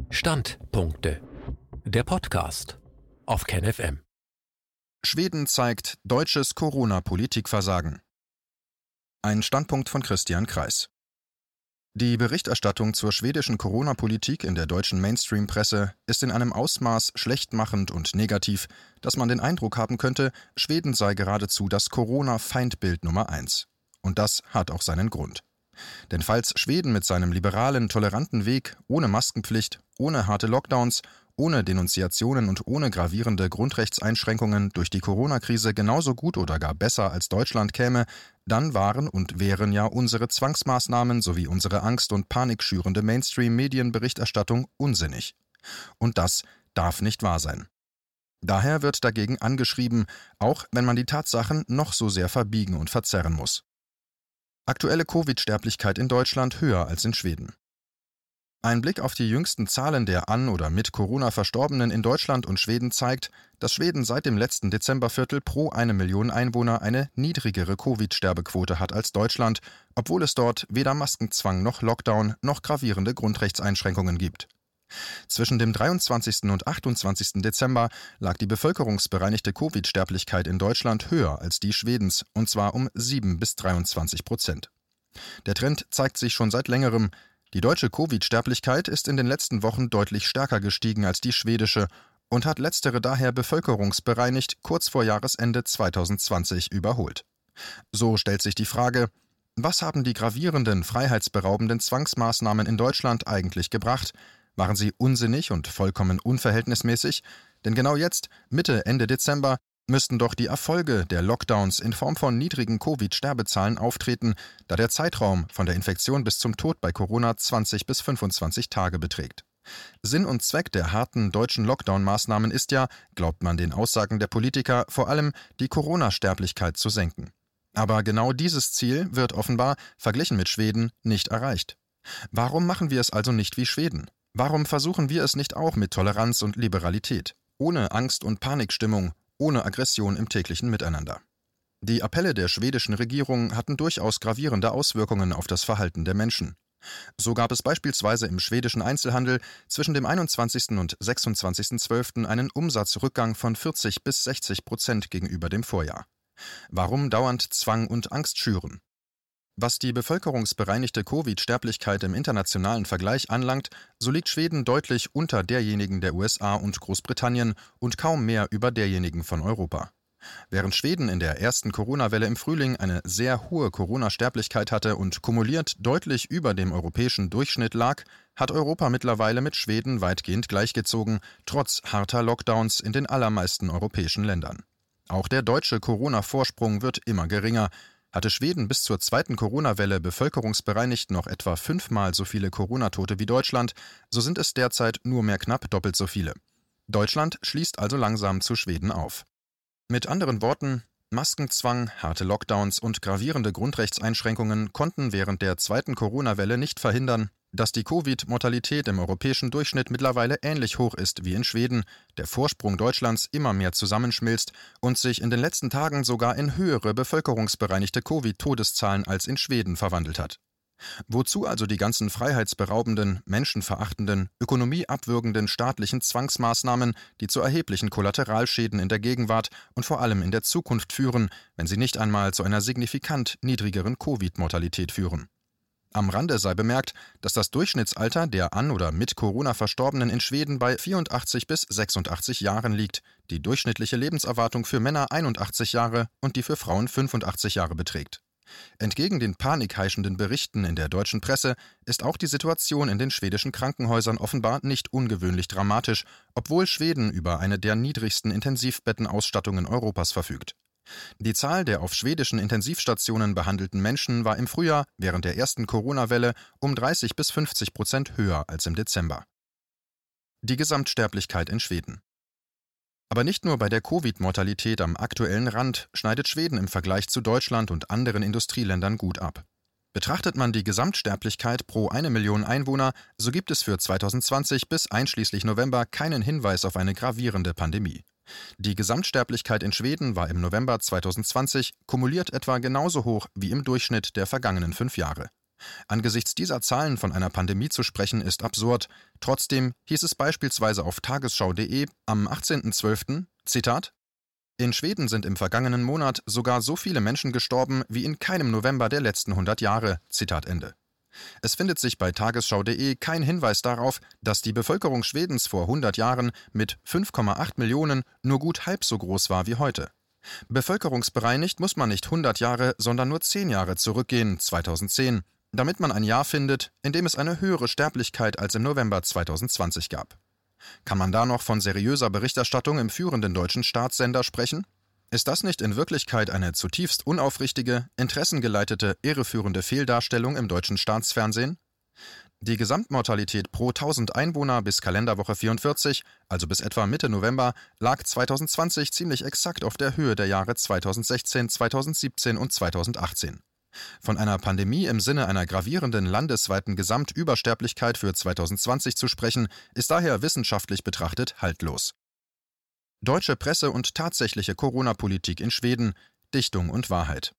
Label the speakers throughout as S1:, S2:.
S1: Standpunkte. Der Podcast auf KenFM.
S2: Schweden zeigt deutsches Corona-Politikversagen. Ein Standpunkt von Christian Kreis. Die Berichterstattung zur schwedischen Corona-Politik in der deutschen Mainstream-Presse ist in einem Ausmaß schlechtmachend und negativ, dass man den Eindruck haben könnte, Schweden sei geradezu das Corona-Feindbild Nummer 1. Und das hat auch seinen Grund. Denn falls Schweden mit seinem liberalen, toleranten Weg, ohne Maskenpflicht, ohne harte Lockdowns, ohne Denunziationen und ohne gravierende Grundrechtseinschränkungen durch die Corona-Krise genauso gut oder gar besser als Deutschland käme, dann waren und wären ja unsere Zwangsmaßnahmen sowie unsere angst- und panikschürende Mainstream-Medienberichterstattung unsinnig. Und das darf nicht wahr sein. Daher wird dagegen angeschrieben, auch wenn man die Tatsachen noch so sehr verbiegen und verzerren muss. Aktuelle Covid-Sterblichkeit in Deutschland höher als in Schweden. Ein Blick auf die jüngsten Zahlen der an oder mit Corona Verstorbenen in Deutschland und Schweden zeigt, dass Schweden seit dem letzten Dezemberviertel pro 1 Million Einwohner eine niedrigere Covid-Sterbequote hat als Deutschland, obwohl es dort weder Maskenzwang noch Lockdown noch gravierende Grundrechtseinschränkungen gibt. Zwischen dem 23. und 28. Dezember lag die bevölkerungsbereinigte Covid-Sterblichkeit in Deutschland höher als die Schwedens, und zwar um 7-23%. Der Trend zeigt sich schon seit längerem. Die deutsche Covid-Sterblichkeit ist in den letzten Wochen deutlich stärker gestiegen als die schwedische und hat letztere daher bevölkerungsbereinigt kurz vor Jahresende 2020 überholt. So stellt sich die Frage: Was haben die gravierenden, freiheitsberaubenden Zwangsmaßnahmen in Deutschland eigentlich gebracht? Waren sie unsinnig und vollkommen unverhältnismäßig? Denn genau jetzt, Ende Dezember, müssten doch die Erfolge der Lockdowns in Form von niedrigen Covid-Sterbezahlen auftreten, da der Zeitraum von der Infektion bis zum Tod bei Corona 20 bis 25 Tage beträgt. Sinn und Zweck der harten deutschen Lockdown-Maßnahmen ist ja, glaubt man den Aussagen der Politiker, vor allem die Corona-Sterblichkeit zu senken. Aber genau dieses Ziel wird offenbar, verglichen mit Schweden, nicht erreicht. Warum machen wir es also nicht wie Schweden? Warum versuchen wir es nicht auch mit Toleranz und Liberalität, ohne Angst- und Panikstimmung, ohne Aggression im täglichen Miteinander? Die Appelle der schwedischen Regierung hatten durchaus gravierende Auswirkungen auf das Verhalten der Menschen. So gab es beispielsweise im schwedischen Einzelhandel zwischen dem 21. und 26.12. einen Umsatzrückgang von 40-60% gegenüber dem Vorjahr. Warum dauernd Zwang und Angst schüren? Was die bevölkerungsbereinigte Covid-Sterblichkeit im internationalen Vergleich anlangt, so liegt Schweden deutlich unter derjenigen der USA und Großbritannien und kaum mehr über derjenigen von Europa. Während Schweden in der ersten Corona-Welle im Frühling eine sehr hohe Corona-Sterblichkeit hatte und kumuliert deutlich über dem europäischen Durchschnitt lag, hat Europa mittlerweile mit Schweden weitgehend gleichgezogen, trotz harter Lockdowns in den allermeisten europäischen Ländern. Auch der deutsche Corona-Vorsprung wird immer geringer. Hatte Schweden bis zur zweiten Corona-Welle bevölkerungsbereinigt noch etwa 5-mal so viele Corona-Tote wie Deutschland, so sind es derzeit nur mehr knapp doppelt so viele. Deutschland schließt also langsam zu Schweden auf. Mit anderen Worten, Maskenzwang, harte Lockdowns und gravierende Grundrechtseinschränkungen konnten während der zweiten Corona-Welle nicht verhindern, dass die Covid-Mortalität im europäischen Durchschnitt mittlerweile ähnlich hoch ist wie in Schweden, der Vorsprung Deutschlands immer mehr zusammenschmilzt und sich in den letzten Tagen sogar in höhere bevölkerungsbereinigte Covid-Todeszahlen als in Schweden verwandelt hat. Wozu also die ganzen freiheitsberaubenden, menschenverachtenden, ökonomieabwürgenden staatlichen Zwangsmaßnahmen, die zu erheblichen Kollateralschäden in der Gegenwart und vor allem in der Zukunft führen, wenn sie nicht einmal zu einer signifikant niedrigeren Covid-Mortalität führen? Am Rande sei bemerkt, dass das Durchschnittsalter der an oder mit Corona Verstorbenen in Schweden bei 84 bis 86 Jahren liegt, die durchschnittliche Lebenserwartung für Männer 81 Jahre und die für Frauen 85 Jahre beträgt. Entgegen den panikheischenden Berichten in der deutschen Presse ist auch die Situation in den schwedischen Krankenhäusern offenbar nicht ungewöhnlich dramatisch, obwohl Schweden über eine der niedrigsten Intensivbettenausstattungen Europas verfügt. Die Zahl der auf schwedischen Intensivstationen behandelten Menschen war im Frühjahr während der ersten Corona-Welle um 30-50% höher als im Dezember. Die Gesamtsterblichkeit in Schweden. Aber nicht nur bei der Covid-Mortalität am aktuellen Rand schneidet Schweden im Vergleich zu Deutschland und anderen Industrieländern gut ab. Betrachtet man die Gesamtsterblichkeit pro 1 Million Einwohner, so gibt es für 2020 bis einschließlich November keinen Hinweis auf eine gravierende Pandemie. Die Gesamtsterblichkeit in Schweden war im November 2020 kumuliert etwa genauso hoch wie im Durchschnitt der vergangenen 5 Jahre. Angesichts dieser Zahlen von einer Pandemie zu sprechen, ist absurd. Trotzdem hieß es beispielsweise auf tagesschau.de am 18.12., Zitat: In Schweden sind im vergangenen Monat sogar so viele Menschen gestorben wie in keinem November der letzten 100 Jahre. Zitat Ende. Es findet sich bei tagesschau.de kein Hinweis darauf, dass die Bevölkerung Schwedens vor 100 Jahren mit 5,8 Millionen nur gut halb so groß war wie heute. Bevölkerungsbereinigt muss man nicht 100 Jahre, sondern nur 10 Jahre zurückgehen, 2010, damit man ein Jahr findet, in dem es eine höhere Sterblichkeit als im November 2020 gab. Kann man da noch von seriöser Berichterstattung im führenden deutschen Staatssender sprechen? Ist das nicht in Wirklichkeit eine zutiefst unaufrichtige, interessengeleitete, irreführende Fehldarstellung im deutschen Staatsfernsehen? Die Gesamtmortalität pro 1000 Einwohner bis Kalenderwoche 44, also bis etwa Mitte November, lag 2020 ziemlich exakt auf der Höhe der Jahre 2016, 2017 und 2018. Von einer Pandemie im Sinne einer gravierenden landesweiten Gesamtübersterblichkeit für 2020 zu sprechen, ist daher wissenschaftlich betrachtet haltlos. Deutsche Presse und tatsächliche Corona-Politik in Schweden, Dichtung und Wahrheit.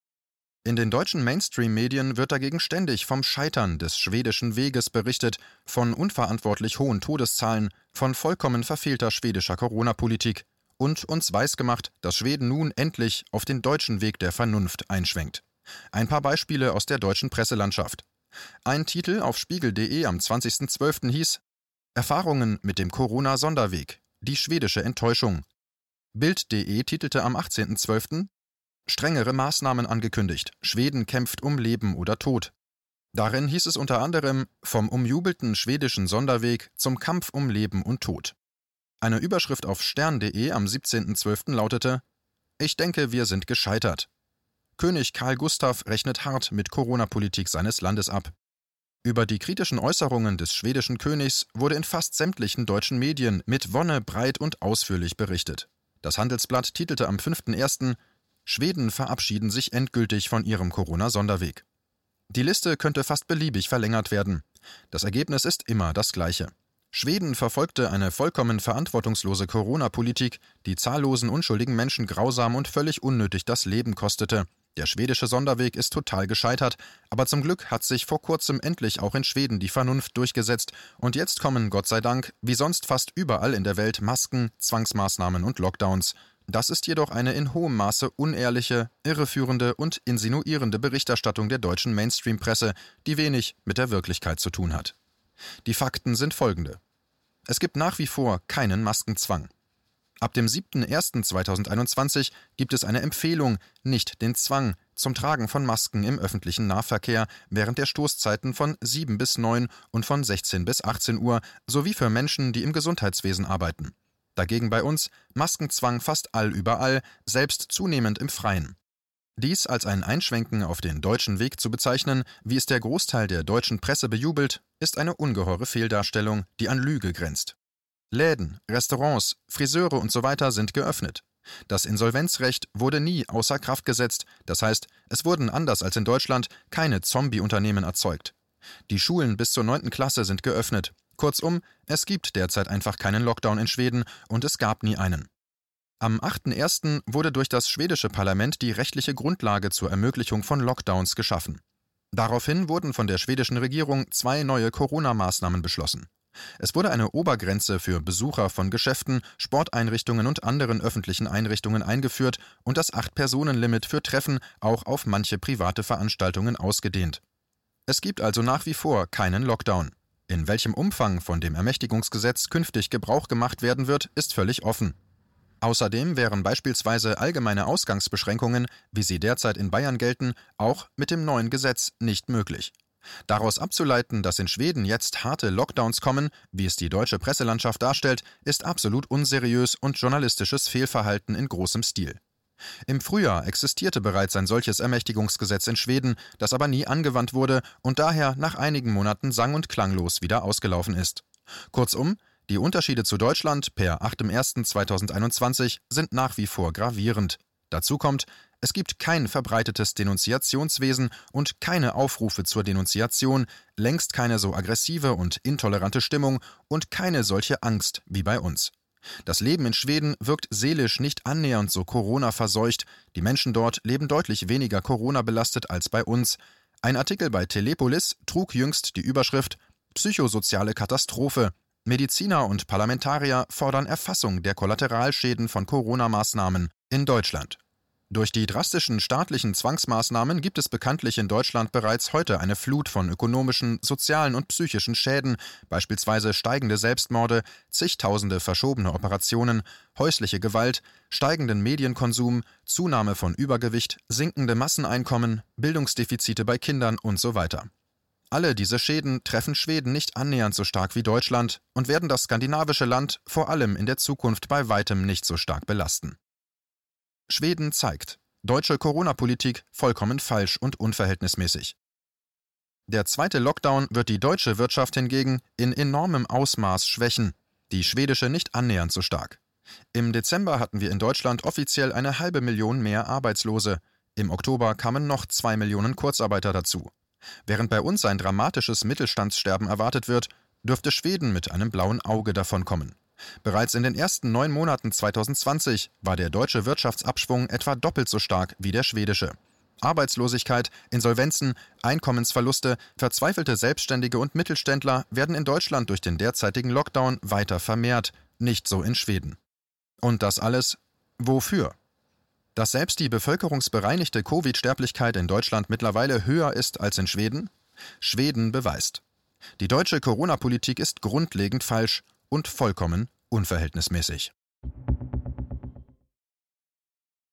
S2: In den deutschen Mainstream-Medien wird dagegen ständig vom Scheitern des schwedischen Weges berichtet, von unverantwortlich hohen Todeszahlen, von vollkommen verfehlter schwedischer Corona-Politik und uns weisgemacht, dass Schweden nun endlich auf den deutschen Weg der Vernunft einschwenkt. Ein paar Beispiele aus der deutschen Presselandschaft. Ein Titel auf spiegel.de am 20.12. hieß: Erfahrungen mit dem Corona-Sonderweg. Die schwedische Enttäuschung. Bild.de titelte am 18.12. Strengere Maßnahmen angekündigt. Schweden kämpft um Leben oder Tod. Darin hieß es unter anderem vom umjubelten schwedischen Sonderweg zum Kampf um Leben und Tod. Eine Überschrift auf stern.de am 17.12. lautete: Ich denke, wir sind gescheitert. König Karl Gustav rechnet hart mit Corona-Politik seines Landes ab. Über die kritischen Äußerungen des schwedischen Königs wurde in fast sämtlichen deutschen Medien mit Wonne breit und ausführlich berichtet. Das Handelsblatt titelte am 5.1. Schweden verabschieden sich endgültig von ihrem Corona-Sonderweg. Die Liste könnte fast beliebig verlängert werden. Das Ergebnis ist immer das gleiche. Schweden verfolgte eine vollkommen verantwortungslose Corona-Politik, die zahllosen unschuldigen Menschen grausam und völlig unnötig das Leben kostete. Der schwedische Sonderweg ist total gescheitert, aber zum Glück hat sich vor kurzem endlich auch in Schweden die Vernunft durchgesetzt und jetzt kommen, Gott sei Dank, wie sonst fast überall in der Welt Masken, Zwangsmaßnahmen und Lockdowns. Das ist jedoch eine in hohem Maße unehrliche, irreführende und insinuierende Berichterstattung der deutschen Mainstream-Presse, die wenig mit der Wirklichkeit zu tun hat. Die Fakten sind folgende. Es gibt nach wie vor keinen Maskenzwang. Ab dem 7.01.2021 gibt es eine Empfehlung, nicht den Zwang, zum Tragen von Masken im öffentlichen Nahverkehr während der Stoßzeiten von 7 bis 9 und von 16 bis 18 Uhr sowie für Menschen, die im Gesundheitswesen arbeiten. Dagegen bei uns Maskenzwang fast allüberall, selbst zunehmend im Freien. Dies als ein Einschwenken auf den deutschen Weg zu bezeichnen, wie es der Großteil der deutschen Presse bejubelt, ist eine ungeheure Fehldarstellung, die an Lüge grenzt. Läden, Restaurants, Friseure usw. sind geöffnet. Das Insolvenzrecht wurde nie außer Kraft gesetzt, das heißt, es wurden anders als in Deutschland keine Zombie-Unternehmen erzeugt. Die Schulen bis zur 9. Klasse sind geöffnet. Kurzum, es gibt derzeit einfach keinen Lockdown in Schweden und es gab nie einen. Am 8.1. wurde durch das schwedische Parlament die rechtliche Grundlage zur Ermöglichung von Lockdowns geschaffen. Daraufhin wurden von der schwedischen Regierung 2 neue Corona-Maßnahmen beschlossen. Es wurde eine Obergrenze für Besucher von Geschäften, Sporteinrichtungen und anderen öffentlichen Einrichtungen eingeführt und das 8-Personen-Limit für Treffen auch auf manche private Veranstaltungen ausgedehnt. Es gibt also nach wie vor keinen Lockdown. In welchem Umfang von dem Ermächtigungsgesetz künftig Gebrauch gemacht werden wird, ist völlig offen. Außerdem wären beispielsweise allgemeine Ausgangsbeschränkungen, wie sie derzeit in Bayern gelten, auch mit dem neuen Gesetz nicht möglich. Daraus abzuleiten, dass in Schweden jetzt harte Lockdowns kommen, wie es die deutsche Presselandschaft darstellt, ist absolut unseriös und journalistisches Fehlverhalten in großem Stil. Im Frühjahr existierte bereits ein solches Ermächtigungsgesetz in Schweden, das aber nie angewandt wurde und daher nach einigen Monaten sang- und klanglos wieder ausgelaufen ist. Kurzum, die Unterschiede zu Deutschland per 8.01.2021 sind nach wie vor gravierend. Dazu kommt, es gibt kein verbreitetes Denunziationswesen und keine Aufrufe zur Denunziation, längst keine so aggressive und intolerante Stimmung und keine solche Angst wie bei uns. Das Leben in Schweden wirkt seelisch nicht annähernd so Corona-verseucht, die Menschen dort leben deutlich weniger Corona-belastet als bei uns. Ein Artikel bei Telepolis trug jüngst die Überschrift »Psychosoziale Katastrophe. Mediziner und Parlamentarier fordern Erfassung der Kollateralschäden von Corona-Maßnahmen in Deutschland«. Durch die drastischen staatlichen Zwangsmaßnahmen gibt es bekanntlich in Deutschland bereits heute eine Flut von ökonomischen, sozialen und psychischen Schäden, beispielsweise steigende Selbstmorde, zigtausende verschobene Operationen, häusliche Gewalt, steigenden Medienkonsum, Zunahme von Übergewicht, sinkende Masseneinkommen, Bildungsdefizite bei Kindern und so weiter. Alle diese Schäden treffen Schweden nicht annähernd so stark wie Deutschland und werden das skandinavische Land vor allem in der Zukunft bei weitem nicht so stark belasten. Schweden zeigt: Deutsche Corona-Politik vollkommen falsch und unverhältnismäßig. Der zweite Lockdown wird die deutsche Wirtschaft hingegen in enormem Ausmaß schwächen, die schwedische nicht annähernd so stark. Im Dezember hatten wir in Deutschland offiziell 500.000 mehr Arbeitslose. Im Oktober kamen noch 2 Millionen Kurzarbeiter dazu. Während bei uns ein dramatisches Mittelstandssterben erwartet wird, dürfte Schweden mit einem blauen Auge davonkommen. Bereits in den ersten 9 Monaten 2020 war der deutsche Wirtschaftsabschwung etwa doppelt so stark wie der schwedische. Arbeitslosigkeit, Insolvenzen, Einkommensverluste, verzweifelte Selbstständige und Mittelständler werden in Deutschland durch den derzeitigen Lockdown weiter vermehrt, nicht so in Schweden. Und das alles wofür? Dass selbst die bevölkerungsbereinigte Covid-Sterblichkeit in Deutschland mittlerweile höher ist als in Schweden? Schweden beweist: Die deutsche Corona-Politik ist grundlegend falsch und vollkommen unverhältnismäßig.